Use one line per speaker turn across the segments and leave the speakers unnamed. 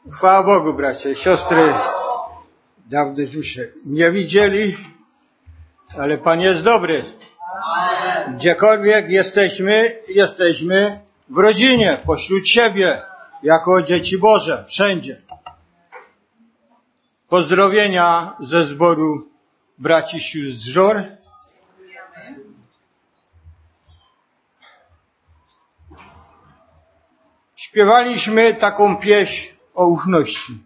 Chwała Bogu, bracia i siostry. Dawno się nie widzieli, ale Pan jest dobry. Gdziekolwiek jesteśmy w rodzinie, pośród siebie, jako dzieci Boże, wszędzie. Pozdrowienia ze zboru braci sióstr Żor. Śpiewaliśmy taką pieśń o ufności.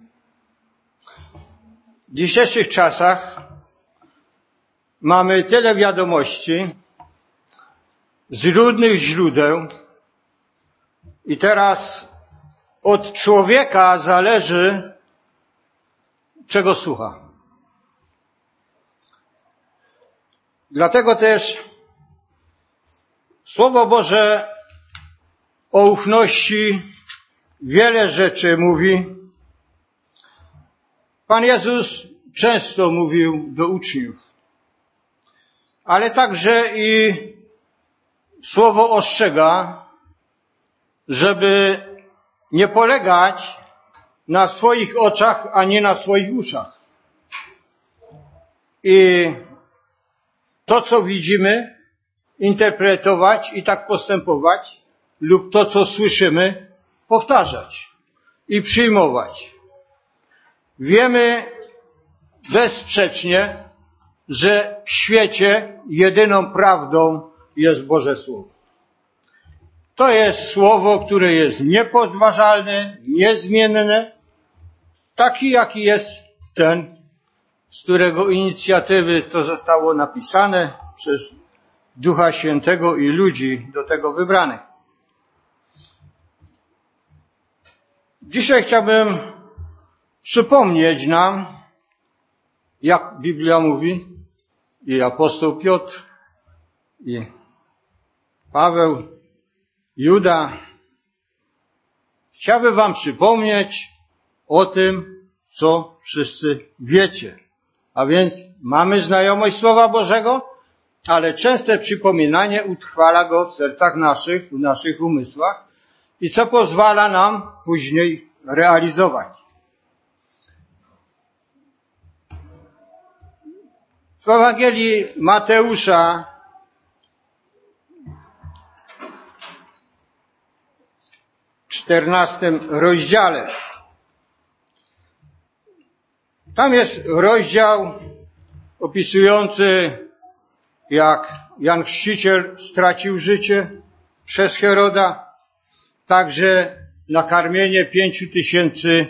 W dzisiejszych czasach mamy tyle wiadomości z różnych źródeł i teraz od człowieka zależy, czego słucha. Dlatego też Słowo Boże o ufności wiele rzeczy mówi. Pan Jezus często mówił do uczniów, ale także i Słowo ostrzega, żeby nie polegać na swoich oczach, a nie na swoich uszach. I to, co widzimy, interpretować i tak postępować, lub to, co słyszymy, powtarzać i przyjmować. Wiemy bezsprzecznie, że w świecie jedyną prawdą jest Boże Słowo. To jest Słowo, które jest niepodważalne, niezmienne, taki jaki jest ten, z którego inicjatywy to zostało napisane przez Ducha Świętego i ludzi do tego wybranych. Dzisiaj chciałbym przypomnieć nam, jak Biblia mówi, i apostoł Piotr, i Paweł, Juda. Chciałbym wam przypomnieć o tym, co wszyscy wiecie. A więc mamy znajomość Słowa Bożego, ale częste przypominanie utrwala go w sercach naszych, w naszych umysłach i co pozwala nam później realizować. W Ewangelii Mateusza w 14 rozdziale. Tam jest rozdział opisujący, jak Jan Chrzciciel stracił życie przez Heroda, także nakarmienie 5000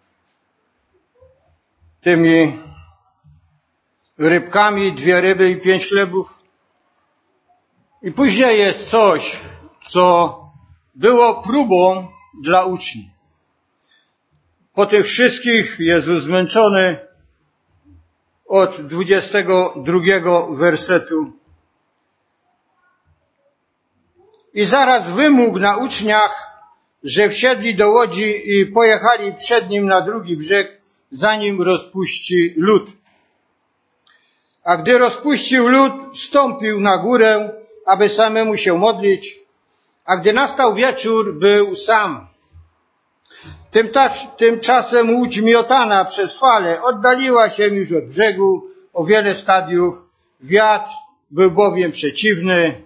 tymi rybkami, 2 ryby i 5 chlebów. I później jest coś, co było próbą dla uczniów. Po tych wszystkich Jezus zmęczony od 22 wersetu. I zaraz wymógł na uczniach, że wsiedli do łodzi i pojechali przed nim na drugi brzeg, zanim rozpuści lód. A gdy rozpuścił lód, wstąpił na górę, aby samemu się modlić, a gdy nastał wieczór, był sam. Tymczasem łódź miotana przez fale oddaliła się już od brzegu o wiele stadiów, wiatr był bowiem przeciwny.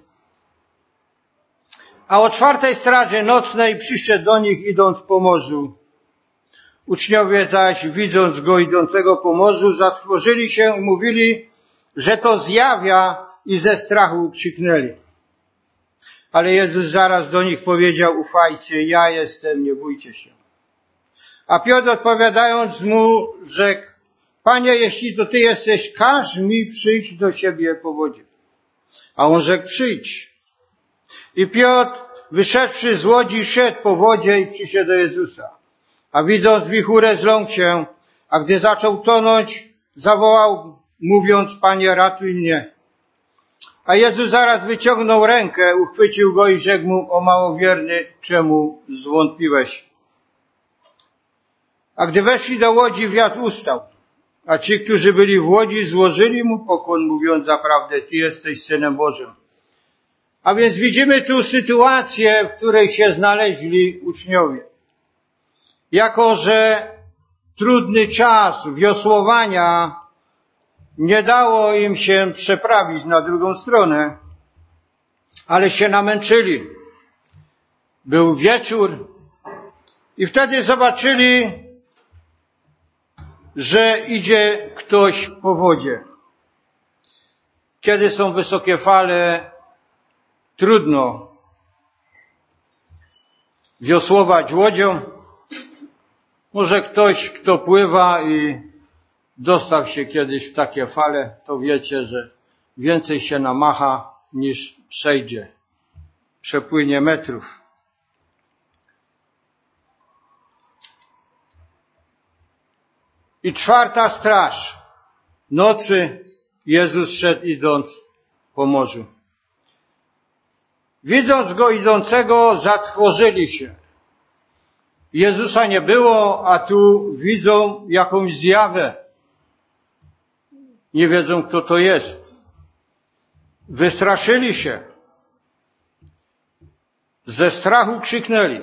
A o 4 straży nocnej przyszedł do nich, idąc po morzu. Uczniowie zaś, widząc go idącego po morzu, zatrwożyli się i mówili, że to zjawia, i ze strachu krzyknęli. Ale Jezus zaraz do nich powiedział, ufajcie, ja jestem, nie bójcie się. A Piotr odpowiadając mu rzekł, Panie, jeśli to Ty jesteś, każ mi przyjść do siebie po wodzie. A on rzekł, przyjdź. I Piotr, wyszedłszy z łodzi, szedł po wodzie i przyszedł do Jezusa. A widząc wichurę, zląkł się, a gdy zaczął tonąć, zawołał, mówiąc, Panie, ratuj mnie. A Jezus zaraz wyciągnął rękę, uchwycił go i rzekł mu, o małowierny, czemu zwątpiłeś? A gdy weszli do łodzi, wiatr ustał, a ci, którzy byli w łodzi, złożyli mu pokłon, mówiąc, zaprawdę, Ty jesteś Synem Bożym. A więc widzimy tu sytuację, w której się znaleźli uczniowie. Jako że trudny czas wiosłowania nie dało im się przeprawić na drugą stronę, ale się namęczyli. Był wieczór i wtedy zobaczyli, że idzie ktoś po wodzie. Kiedy są wysokie fale, trudno wiosłować łodzią. Może ktoś, kto pływa i dostał się kiedyś w takie fale, to wiecie, że więcej się namacha niż przejdzie. Przepłynie metrów. I czwarta straż nocy Jezus szedł idąc po morzu. Widząc go idącego, zatrwożyli się. Jezusa nie było, a tu widzą jakąś zjawę. Nie wiedzą, kto to jest. Wystraszyli się. Ze strachu krzyknęli.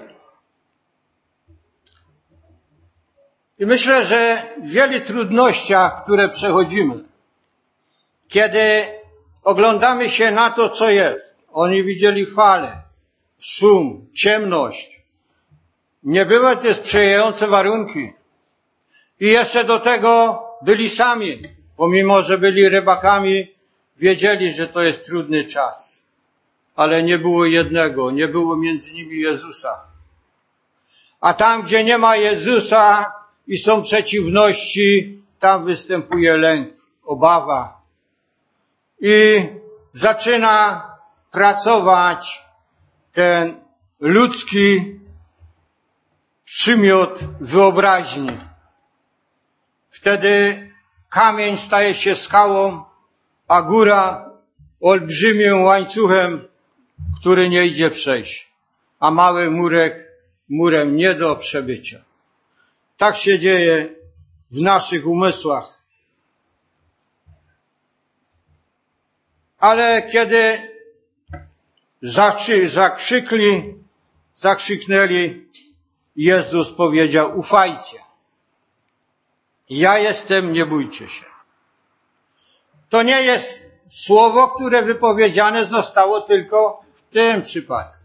I myślę, że w wielu trudnościach, które przechodzimy, kiedy oglądamy się na to, co jest, oni widzieli fale, szum, ciemność. Nie były te sprzyjające warunki. I jeszcze do tego byli sami. Pomimo, że byli rybakami, wiedzieli, że to jest trudny czas. Ale nie było jednego, nie było między nimi Jezusa. A tam, gdzie nie ma Jezusa i są przeciwności, tam występuje lęk, obawa. I zaczyna pracować ten ludzki przymiot wyobraźni. Wtedy kamień staje się skałą, a góra olbrzymim łańcuchem, który nie idzie przejść, a mały murek murem nie do przebycia. Tak się dzieje w naszych umysłach. Ale kiedy zakrzyknęli, Jezus powiedział: ufajcie. Ja jestem, nie bójcie się. To nie jest słowo, które wypowiedziane zostało tylko w tym przypadku.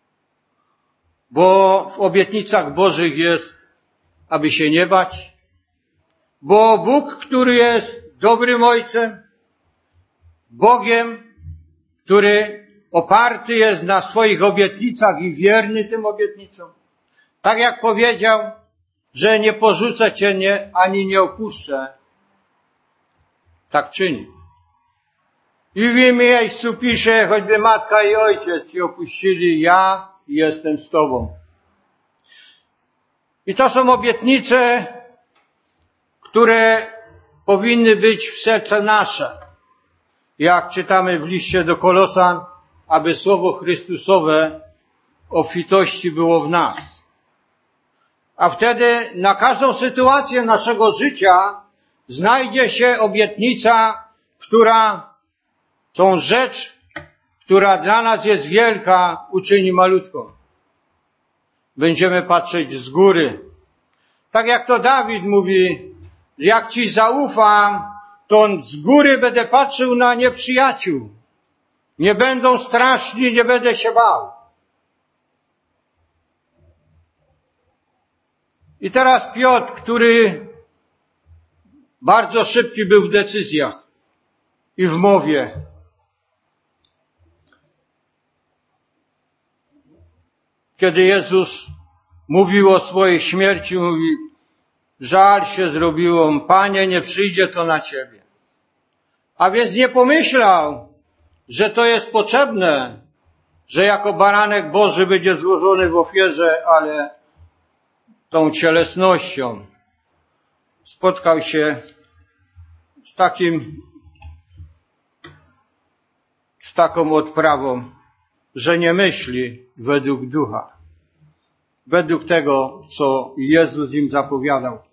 Bo w obietnicach Bożych jest, aby się nie bać. Bo Bóg, który jest dobrym Ojcem, Bogiem, który oparty jest na swoich obietnicach i wierny tym obietnicom. Tak jak powiedział, że nie porzucę Cię ani nie opuszczę, tak czyni. I w im miejscu pisze, choćby matka i ojciec Ci opuścili, ja jestem z Tobą. I to są obietnice, które powinny być w serce nasze. Jak czytamy w liście do Kolosan, aby słowo Chrystusowe obfitości było w nas. A wtedy na każdą sytuację naszego życia znajdzie się obietnica, która tą rzecz, która dla nas jest wielka, uczyni malutką. Będziemy patrzeć z góry. Tak jak to Dawid mówi, jak Ci zaufam, to z góry będę patrzył na nieprzyjaciół. Nie będą straszni, nie będę się bał. I teraz Piotr, który bardzo szybki był w decyzjach i w mowie. Kiedy Jezus mówił o swojej śmierci, mówi: żal się zrobiło, Panie, nie przyjdzie to na Ciebie. A więc nie pomyślał, że to jest potrzebne, że jako baranek Boży będzie złożony w ofierze, ale tą cielesnością spotkał się z taką odprawą, że nie myśli według ducha, według tego, co Jezus im zapowiadał.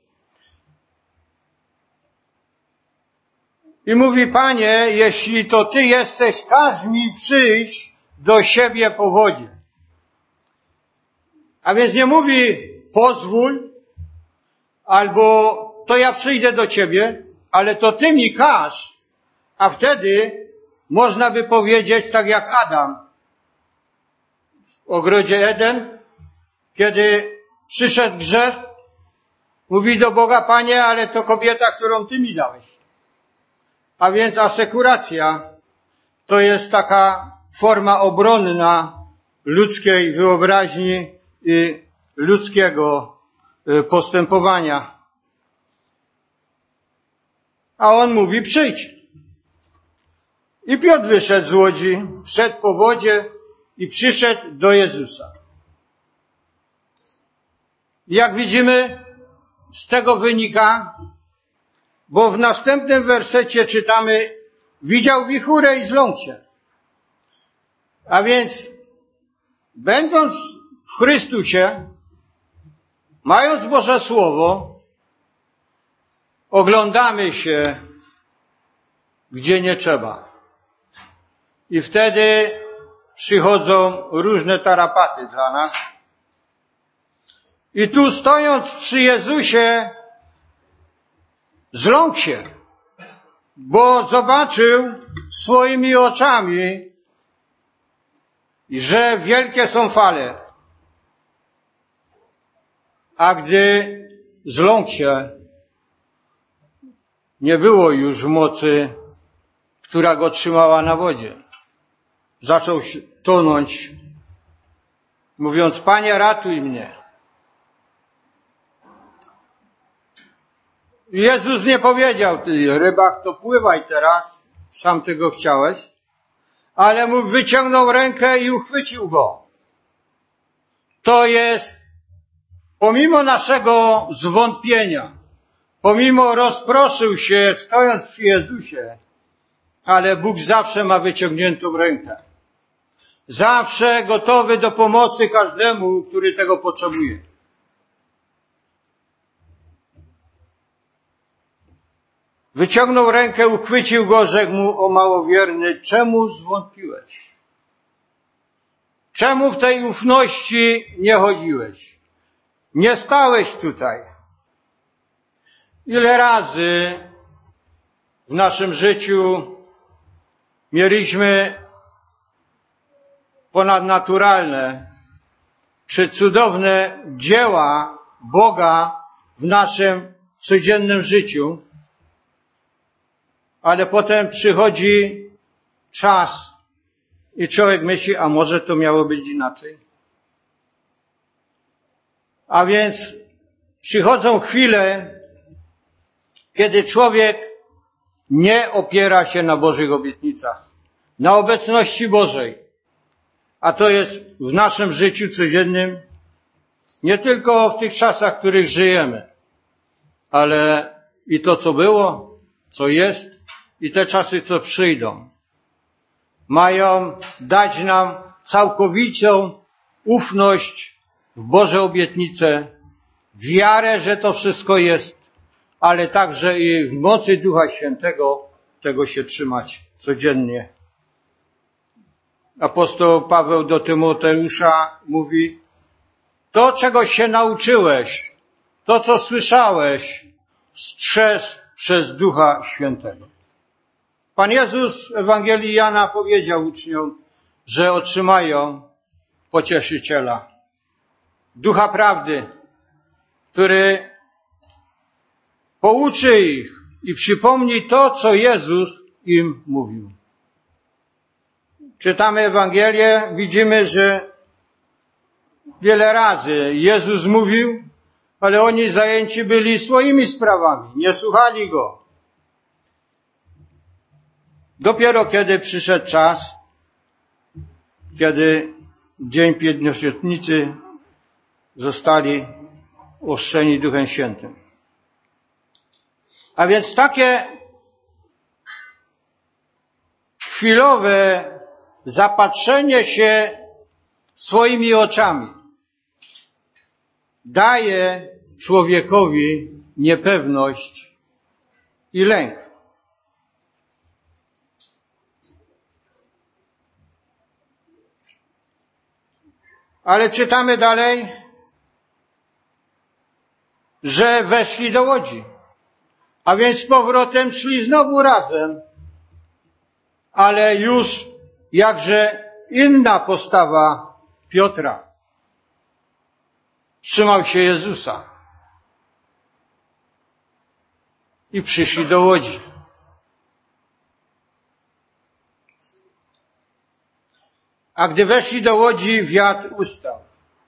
I mówi: Panie, jeśli to Ty jesteś, każ mi przyjść do siebie po wodzie. A więc nie mówi pozwól, albo to ja przyjdę do ciebie, ale to ty mi każ, a wtedy można by powiedzieć tak jak Adam w ogrodzie Eden, kiedy przyszedł grzech, mówi do Boga: Panie, ale to kobieta, którą ty mi dałeś. A więc asekuracja to jest taka forma obronna ludzkiej wyobraźni i ludzkiego postępowania. A on mówi: przyjdź. I Piotr wyszedł z łodzi, szedł po wodzie i przyszedł do Jezusa. Jak widzimy, z tego wynika, bo w następnym wersecie czytamy: widział wichurę i zląkł się. A więc, będąc w Chrystusie, mając Boże Słowo, oglądamy się, gdzie nie trzeba. I wtedy przychodzą różne tarapaty dla nas. I tu, stojąc przy Jezusie, zląkł się, bo zobaczył swoimi oczami, że wielkie są fale. A gdy zląkł się, nie było już mocy, która go trzymała na wodzie. Zaczął tonąć, mówiąc: Panie, ratuj mnie. Jezus nie powiedział: ty rybak, to pływaj teraz, sam tego chciałeś, ale mu wyciągnął rękę i uchwycił go. To jest, pomimo naszego zwątpienia, pomimo rozproszył się, stojąc przy Jezusie, ale Bóg zawsze ma wyciągniętą rękę. Zawsze gotowy do pomocy każdemu, który tego potrzebuje. Wyciągnął rękę, uchwycił go, rzekł mu: o małowierny, czemu zwątpiłeś? Czemu w tej ufności nie chodziłeś? Nie stałeś tutaj. Ile razy w naszym życiu mieliśmy ponadnaturalne czy cudowne dzieła Boga w naszym codziennym życiu, ale potem przychodzi czas i człowiek myśli: a może to miało być inaczej? A więc przychodzą chwile, kiedy człowiek nie opiera się na Bożych obietnicach, na obecności Bożej. A to jest w naszym życiu codziennym, nie tylko w tych czasach, w których żyjemy, ale i to, co było, co jest, i te czasy, co przyjdą. Mają dać nam całkowitą ufność w Boże obietnice, wiarę, że to wszystko jest, ale także i w mocy Ducha Świętego tego się trzymać codziennie. Apostoł Paweł do Tymoteusza mówi: to, czego się nauczyłeś, to, co słyszałeś, strzeż przez Ducha Świętego. Pan Jezus w Ewangelii Jana powiedział uczniom, że otrzymają Pocieszyciela, Ducha Prawdy, który pouczy ich i przypomni to, co Jezus im mówił. Czytamy Ewangelię, widzimy, że wiele razy Jezus mówił, ale oni zajęci byli swoimi sprawami, nie słuchali Go. Dopiero kiedy przyszedł czas, kiedy Dzień Pięćdziesiątnicy zostali ochrzczeni Duchem Świętym. A więc takie chwilowe zapatrzenie się swoimi oczami daje człowiekowi niepewność i lęk. Ale czytamy dalej. że weszli do łodzi. A więc z powrotem szli znowu razem. Ale już jakże inna postawa Piotra. Trzymał się Jezusa. I przyszli do łodzi. A gdy weszli do łodzi, wiatr ustał.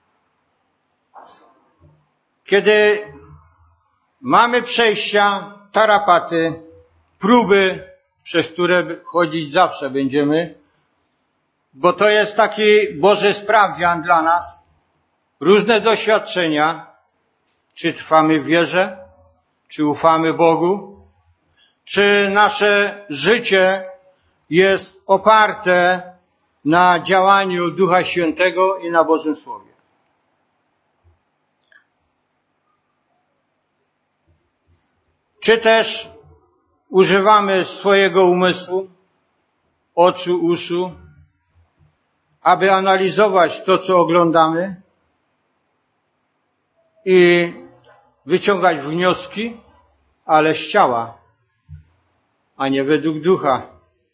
Kiedy mamy przejścia, tarapaty, próby, przez które chodzić zawsze będziemy, bo to jest taki Boży sprawdzian dla nas, różne doświadczenia, czy trwamy w wierze, czy ufamy Bogu, czy nasze życie jest oparte na działaniu Ducha Świętego i na Bożym Słowie. Czy też używamy swojego umysłu, oczu, uszu, aby analizować to, co oglądamy i wyciągać wnioski, ale z ciała, a nie według ducha.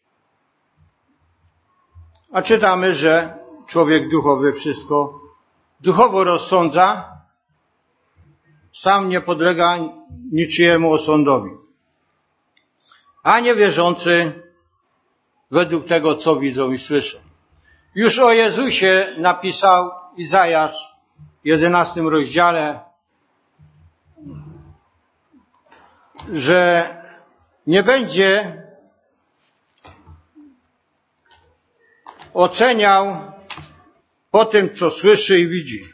A czytamy, że człowiek duchowy wszystko duchowo rozsądza, sam nie podlega niczyjemu osądowi. A niewierzący według tego, co widzą i słyszą. Już o Jezusie napisał Izajasz w 11 rozdziale, że nie będzie oceniał po tym, co słyszy i widzi.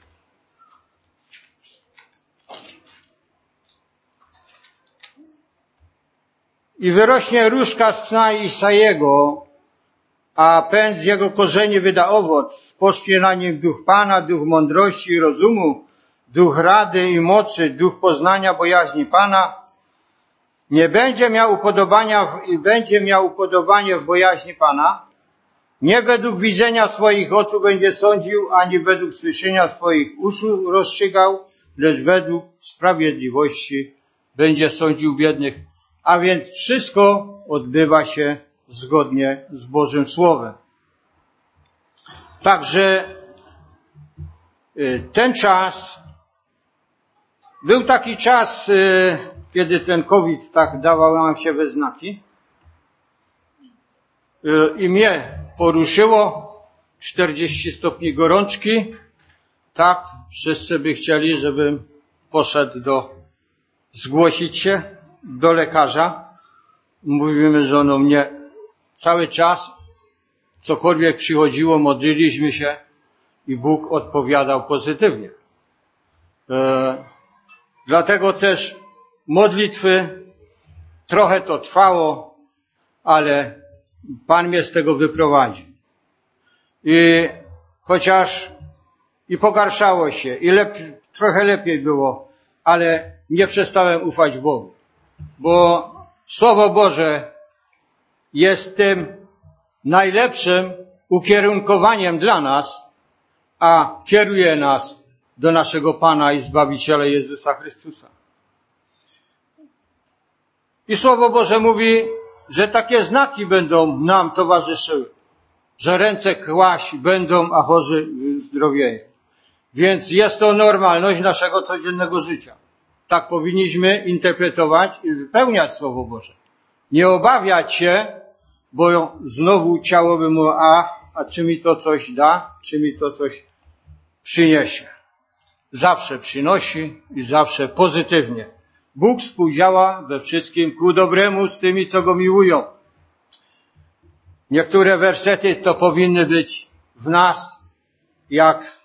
I wyrośnie różka z pnia Isajego, a pęd z jego korzeni wyda owoc. Spocznie na nim duch Pana, duch mądrości i rozumu, duch rady i mocy, duch poznania bojaźni Pana. Nie będzie miał upodobania w bojaźni Pana. Nie według widzenia swoich oczu będzie sądził, ani według słyszenia swoich uszu rozstrzygał, lecz według sprawiedliwości będzie sądził biednych. A więc wszystko odbywa się zgodnie z Bożym Słowem. Także ten czas, był taki czas, kiedy ten COVID tak dawał nam się we znaki i mnie poruszyło, 40 stopni gorączki, tak, wszyscy by chcieli, żebym poszedł zgłosić się do lekarza. Mówimy z żoną, nie, cały czas, cokolwiek przychodziło, modliliśmy się i Bóg odpowiadał pozytywnie. Dlatego też modlitwy, trochę to trwało, ale Pan mnie z tego wyprowadził. I chociaż i pogarszało się, i trochę lepiej było, ale nie przestałem ufać Bogu. Bo Słowo Boże jest tym najlepszym ukierunkowaniem dla nas, a kieruje nas do naszego Pana i Zbawiciela Jezusa Chrystusa. I Słowo Boże mówi, że takie znaki będą nam towarzyszyły, że ręce kłaść będą, a chorzy zdrowieją. Więc jest to normalność naszego codziennego życia. Tak powinniśmy interpretować i wypełniać Słowo Boże. Nie obawiać się, bo znowu ciało by mówiło, a czy mi to coś da, czy mi to coś przyniesie. Zawsze przynosi i zawsze pozytywnie. Bóg współdziała we wszystkim ku dobremu z tymi, co Go miłują. Niektóre wersety to powinny być w nas jak,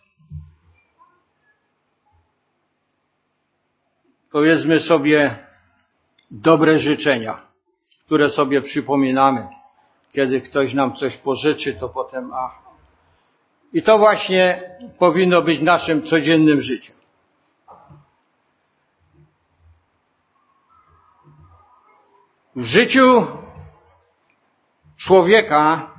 powiedzmy sobie, dobre życzenia, które sobie przypominamy. Kiedy ktoś nam coś pożyczy, to potem I to właśnie powinno być naszym codziennym życiem. W życiu człowieka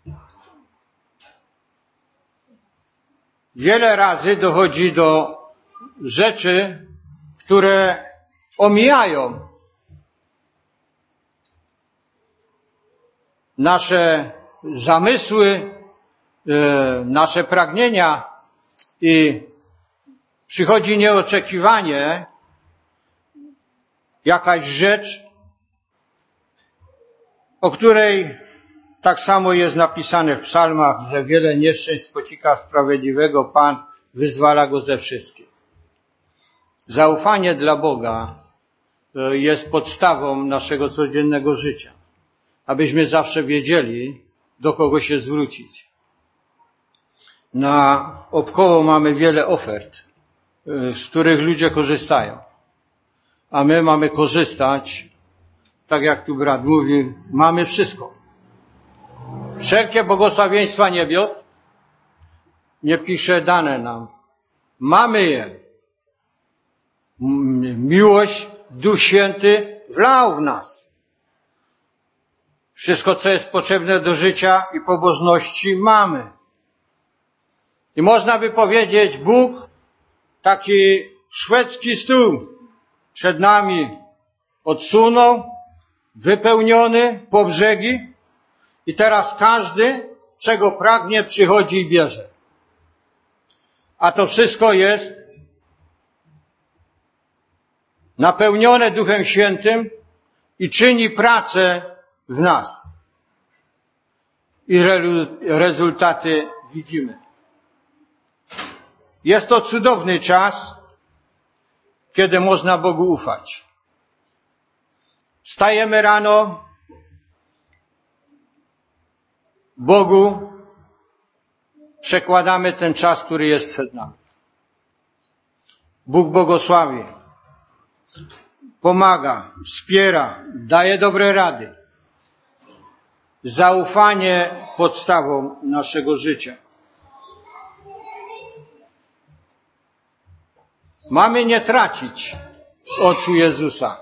wiele razy dochodzi do rzeczy, które omijają nasze zamysły, nasze pragnienia i przychodzi nieoczekiwanie jakaś rzecz, o której tak samo jest napisane w psalmach, że wiele nieszczęść spotyka sprawiedliwego, Pan wyzwala go ze wszystkich. Zaufanie dla Boga jest podstawą naszego codziennego życia, abyśmy zawsze wiedzieli, do kogo się zwrócić. Naokoło mamy wiele ofert, z których ludzie korzystają, a my mamy korzystać, tak jak tu brat mówił, mamy wszystko. Wszelkie błogosławieństwa niebios, nie pisze, dane nam. Mamy je. Miłość Duch Święty wlał w nas. Wszystko, co jest potrzebne do życia i pobożności, mamy. I można by powiedzieć, Bóg taki szwedzki stół przed nami odsunął, wypełniony po brzegi i teraz każdy, czego pragnie, przychodzi i bierze. A to wszystko jest napełnione Duchem Świętym i czyni pracę w nas. I rezultaty widzimy. Jest to cudowny czas, kiedy można Bogu ufać. Wstajemy rano, Bogu przekładamy ten czas, który jest przed nami. Bóg błogosławi, pomaga, wspiera, daje dobre rady. Zaufanie podstawą naszego życia. Mamy nie tracić z oczu Jezusa.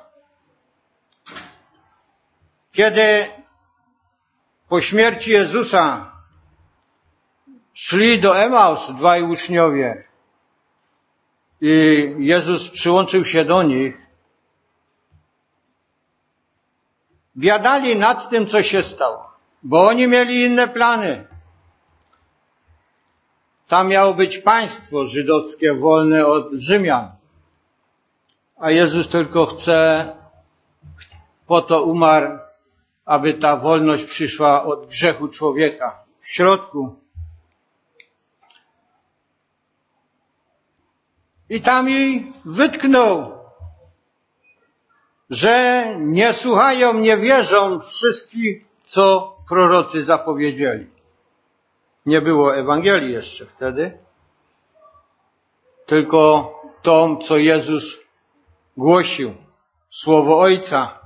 Kiedy po śmierci Jezusa szli do Emaus dwaj uczniowie i Jezus przyłączył się do nich, biadali nad tym, co się stało, bo oni mieli inne plany. Tam miało być państwo żydowskie wolne od Rzymian, a Jezus tylko po to umarł, aby ta wolność przyszła od grzechu człowieka w środku. I tam jej wytknął, że nie słuchają, nie wierzą wszystkich, co prorocy zapowiedzieli. Nie było Ewangelii jeszcze wtedy, tylko to, co Jezus głosił, Słowo Ojca.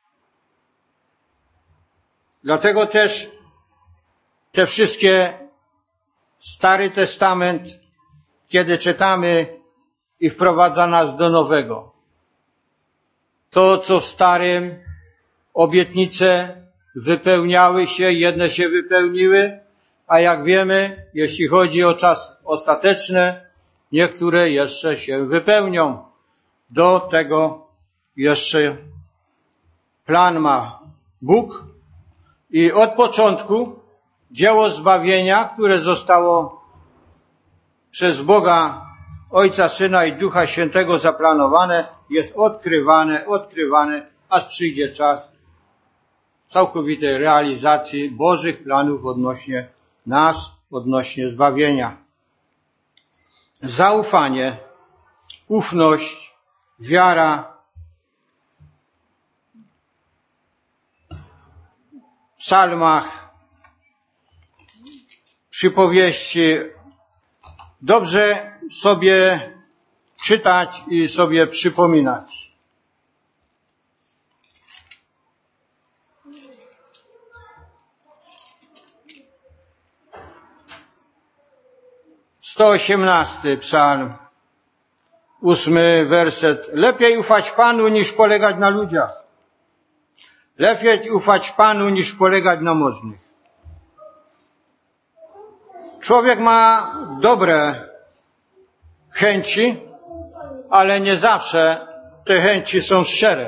Dlatego też te wszystkie Stary Testament, kiedy czytamy i wprowadza nas do nowego. To, co w Starym obietnice wypełniały się, jedne się wypełniły, a jak wiemy, jeśli chodzi o czas ostateczny, niektóre jeszcze się wypełnią. Do tego jeszcze plan ma Bóg i od początku dzieło zbawienia, które zostało przez Boga, Ojca, Syna i Ducha Świętego zaplanowane, jest odkrywane, aż przyjdzie czas całkowitej realizacji Bożych planów odnośnie nas, odnośnie zbawienia. Zaufanie, ufność, wiara, w psalmach, przypowieści, dobrze sobie czytać i sobie przypominać. Sto 118 psalm, 8 werset. Lepiej ufać Panu niż polegać na ludziach. Lepiej ufać Panu niż polegać na możnych. Człowiek ma dobre chęci, ale nie zawsze te chęci są szczere.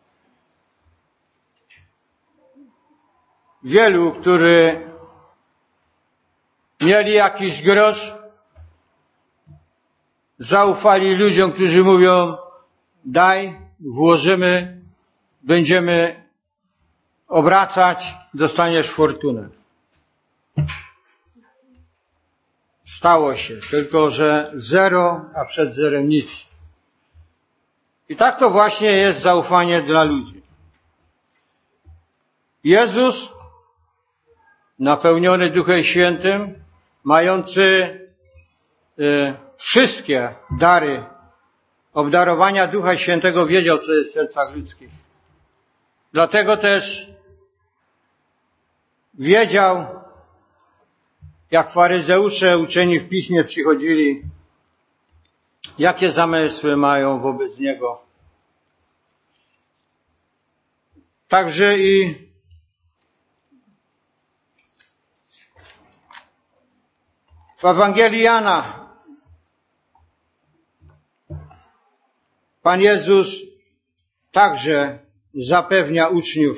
Wielu, którzy mieli jakiś grosz, zaufali ludziom, którzy mówią: daj, włożymy, będziemy obracać, dostaniesz fortunę. Stało się, tylko że zero, a przed zerem nic. I tak to właśnie jest zaufanie dla ludzi. Jezus, napełniony Duchem Świętym, mający wszystkie dary obdarowania Ducha Świętego, wiedział, co jest w sercach ludzkich. Dlatego też wiedział, jak faryzeusze uczeni w Piśmie przychodzili, jakie zamysły mają wobec Niego. Także i w Ewangelii Jana Pan Jezus także zapewnia uczniów,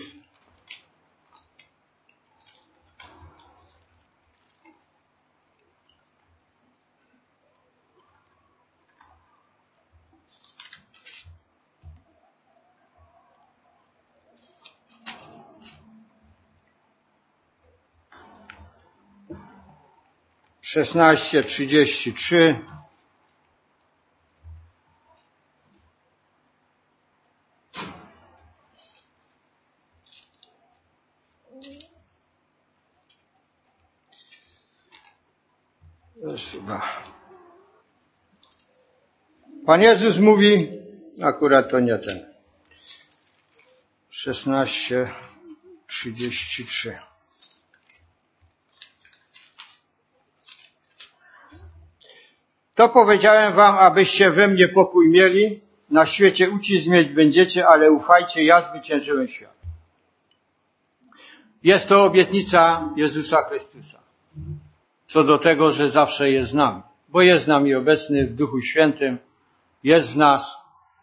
w 16:33. Pan Jezus mówi, akurat to nie ten, 16:33. To powiedziałem wam, abyście we mnie pokój mieli. Na świecie ucisk mieć będziecie, ale ufajcie, ja zwyciężyłem świat. Jest to obietnica Jezusa Chrystusa. Co do tego, że zawsze jest z nami. Bo jest z nami obecny w Duchu Świętym. Jest w nas.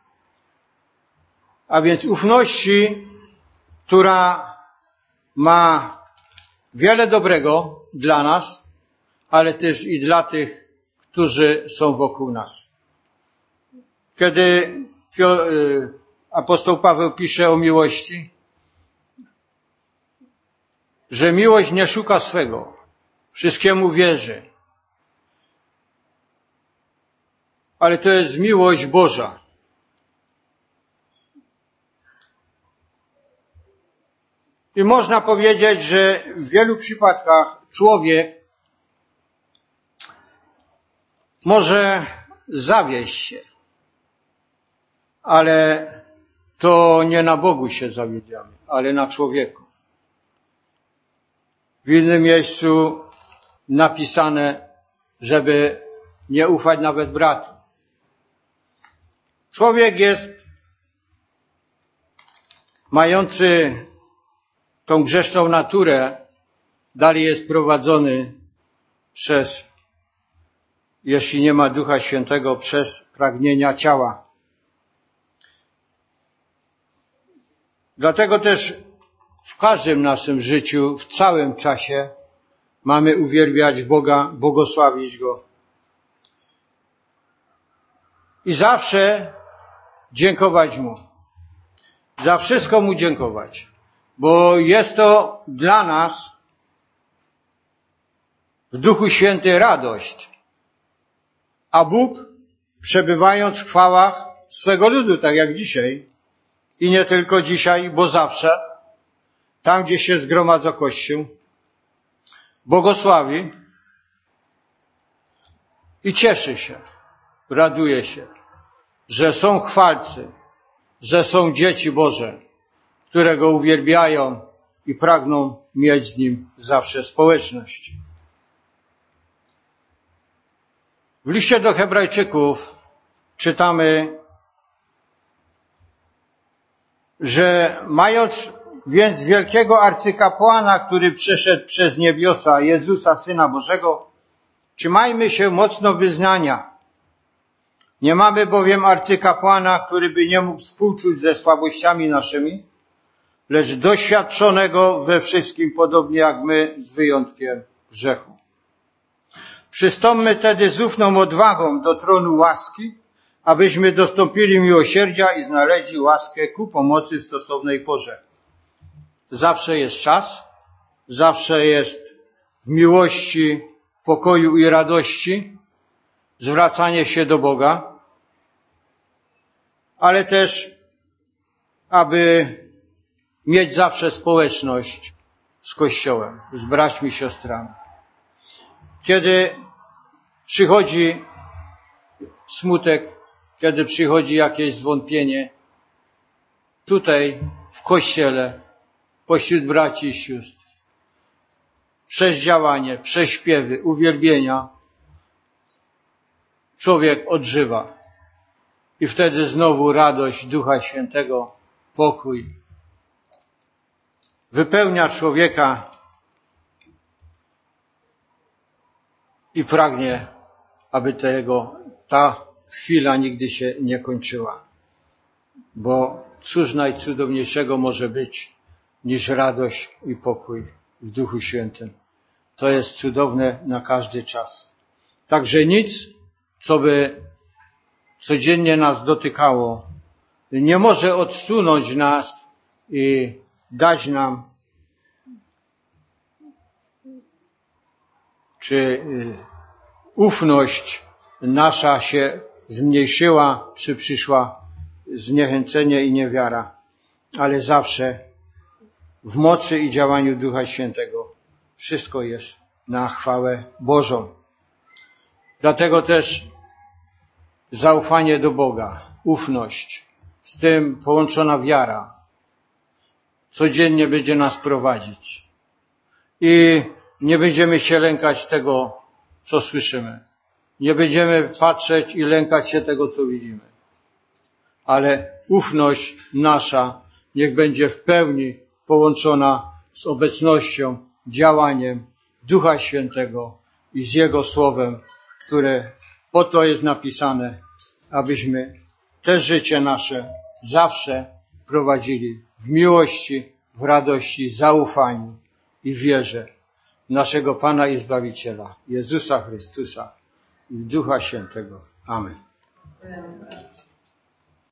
A więc ufności, która ma wiele dobrego dla nas, ale też i dla tych, którzy są wokół nas. Kiedy apostoł Paweł pisze o miłości, że miłość nie szuka swego, wszystkiemu wierzy. Ale to jest miłość Boża. I można powiedzieć, że w wielu przypadkach człowiek może zawieść się, ale to nie na Bogu się zawiedziamy, ale na człowieku. W innym miejscu napisane, żeby nie ufać nawet bratu. Człowiek jest mający tą grzeszną naturę, dalej jest prowadzony przez, jeśli nie ma Ducha Świętego, przez pragnienia ciała. Dlatego też w każdym naszym życiu, w całym czasie mamy uwielbiać Boga, błogosławić Go. I zawsze dziękować Mu. Za wszystko Mu dziękować. Bo jest to dla nas w Duchu Świętym radość. A Bóg, przebywając w chwałach swego ludu, tak jak dzisiaj, i nie tylko dzisiaj, bo zawsze, tam gdzie się zgromadza Kościół, błogosławi i cieszy się, raduje się, że są chwalcy, że są dzieci Boże, które Go uwielbiają i pragną mieć z Nim zawsze społeczność. W liście do Hebrajczyków czytamy, że mając więc wielkiego arcykapłana, który przeszedł przez niebiosa, Jezusa, Syna Bożego, trzymajmy się mocno wyznania. Nie mamy bowiem arcykapłana, który by nie mógł współczuć ze słabościami naszymi, lecz doświadczonego we wszystkim, podobnie jak my, z wyjątkiem grzechu. Przystąpmy tedy z ufną odwagą do tronu łaski, abyśmy dostąpili miłosierdzia i znaleźli łaskę ku pomocy w stosownej porze. Zawsze jest czas, zawsze jest w miłości, pokoju i radości zwracanie się do Boga, ale też, aby mieć zawsze społeczność z Kościołem, z braćmi i siostrami. Kiedy przychodzi smutek, kiedy przychodzi jakieś zwątpienie, tutaj w Kościele, pośród braci i sióstr, przez działanie, przez śpiewy, uwielbienia, człowiek odżywa. I wtedy znowu radość Ducha Świętego, pokój wypełnia człowieka i pragnie, aby ta chwila nigdy się nie kończyła. Bo cóż najcudowniejszego może być niż radość i pokój w Duchu Świętym. To jest cudowne na każdy czas. Także nic, co by codziennie nas dotykało, nie może odsunąć nas i dać nam, czy ufność nasza się zmniejszyła, czy przyszła zniechęcenie i niewiara, ale zawsze w mocy i działaniu Ducha Świętego wszystko jest na chwałę Bożą. Dlatego też zaufanie do Boga, ufność, z tym połączona wiara codziennie będzie nas prowadzić. I nie będziemy się lękać tego, co słyszymy. Nie będziemy patrzeć i lękać się tego, co widzimy. Ale ufność nasza niech będzie w pełni połączona z obecnością, działaniem Ducha Świętego i z Jego Słowem, które po to jest napisane, abyśmy te życie nasze zawsze prowadzili w miłości, w radości, zaufaniu i wierze naszego Pana i Zbawiciela, Jezusa Chrystusa i Ducha Świętego. Amen.